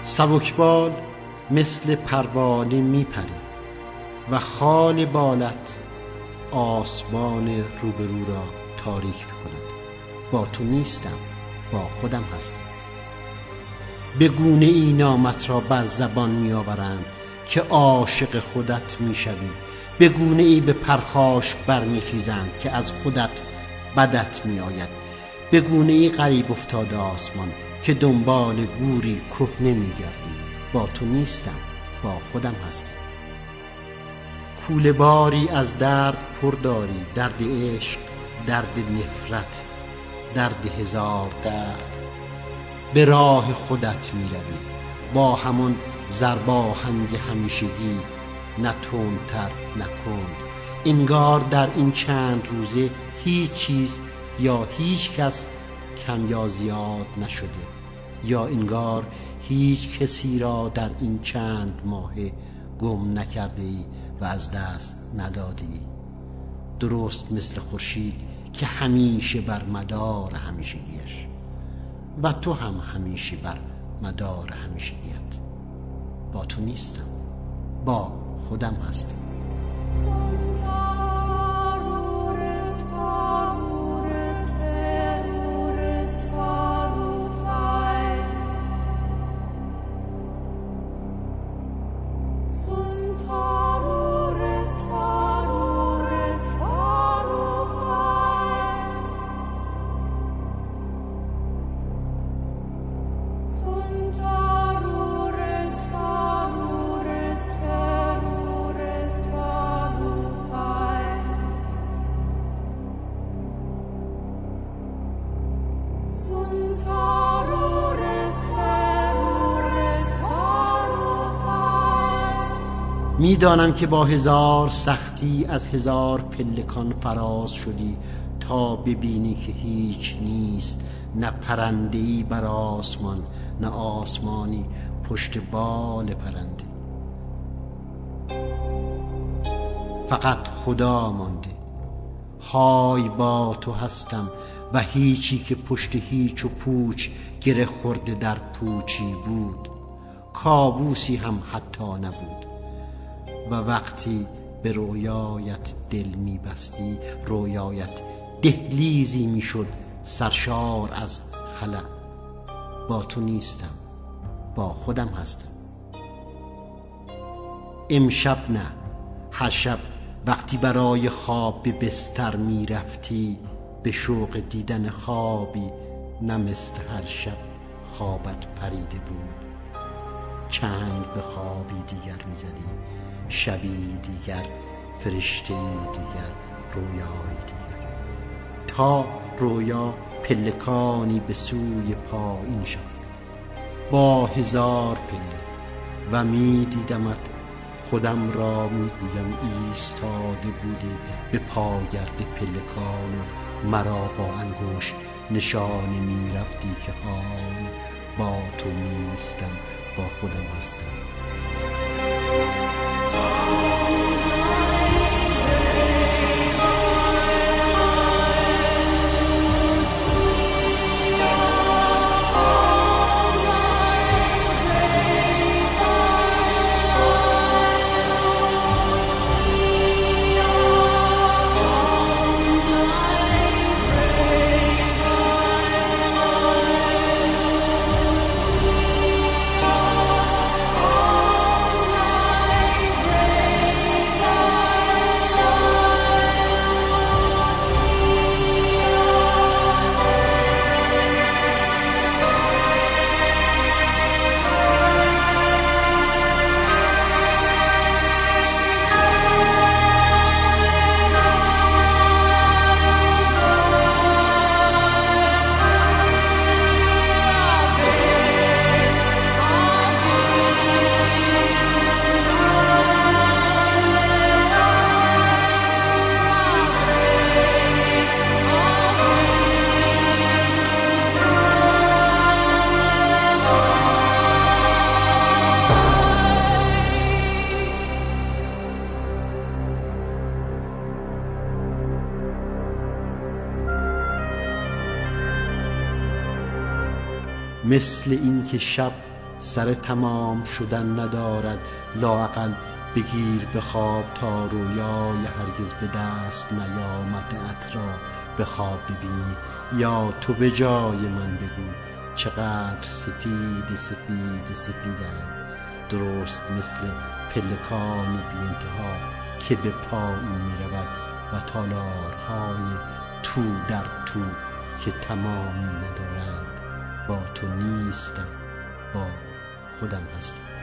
سبکبال مثل پروانه میپری و خال بالت آسمان روبرو را تاریک میکند. با تو نیستم، با خودم هستم. به گونه ای نامت را بر زبان میآورند که عاشق خودت میشوی، به گونه ای به پرخاش برمیخیزند که از خودت بدت میآید، به گونه ای غریب افتاده آسمان که دنبال گوری کهنه میگردی. با تو نیستم، با خودم هستم. کوله باری از درد پر داری، درد عشق، درد نفرت، درد هزار درد. به راه خودت می روی با همون ضرباهنگ همیشگی، نه تندتر نه کند. انگار در این چند روزه هیچ چیز یا هیچ کس کم یا زیاد نشده، یا انگار هیچ کسی را در این چند ماهه گم نکرده ای و از دست نداده ای. درست مثل خورشید که همیشه بر مدار همیشگیش و تو هم همیشه بر مدار همیشگیت. با تو نیستم، با خودم هستم. میدانم که با هزار سختی از هزار پلکان فراز شدی تا ببینی که هیچ نیست، نه پرنده‌ای بر آسمان، نه آسمانی پشت بال پرنده. فقط خدا مانده. های با تو هستم و هیچی که پشت هیچ و پوچ گره خورده در پوچی بود، کابوسی هم حتی نبود. و وقتی به رویایت دل میبستی، رویایت دهلیزی میشد سرشار از خلأ. با تو نیستم، با خودم هستم. امشب نه، هر شب وقتی برای خواب به بستر میرفتی، به شوق دیدن خوابی نه مثل هر شب خوابت پریده بود. چنگ به خوابی دیگر میزدی، شبی دیگر، فرشته دیگر، رویای دیگر، تا رویا پلکانی به سوی پایین شد با هزار پله و میدیدمت. خودم را میگویم ایستاده بودی به پاگرد پلکان و مرا با انگشت نشانه میرفتی که های با تو نیستم، با خودم هستم. مثل این که شب سر تمام شدن ندارد، لااقل بگیر به خواب تا رویای هرگز به دست نیامده‌ات را به خواب ببینی. یا تو به جای من بگو چقدر سفید سفید سفیدند، درست مثل پلکان بی انتها که به پایین می رود و تالارهای تو در تو که تمامی ندارند. با تو نیستم، با خودم هستم.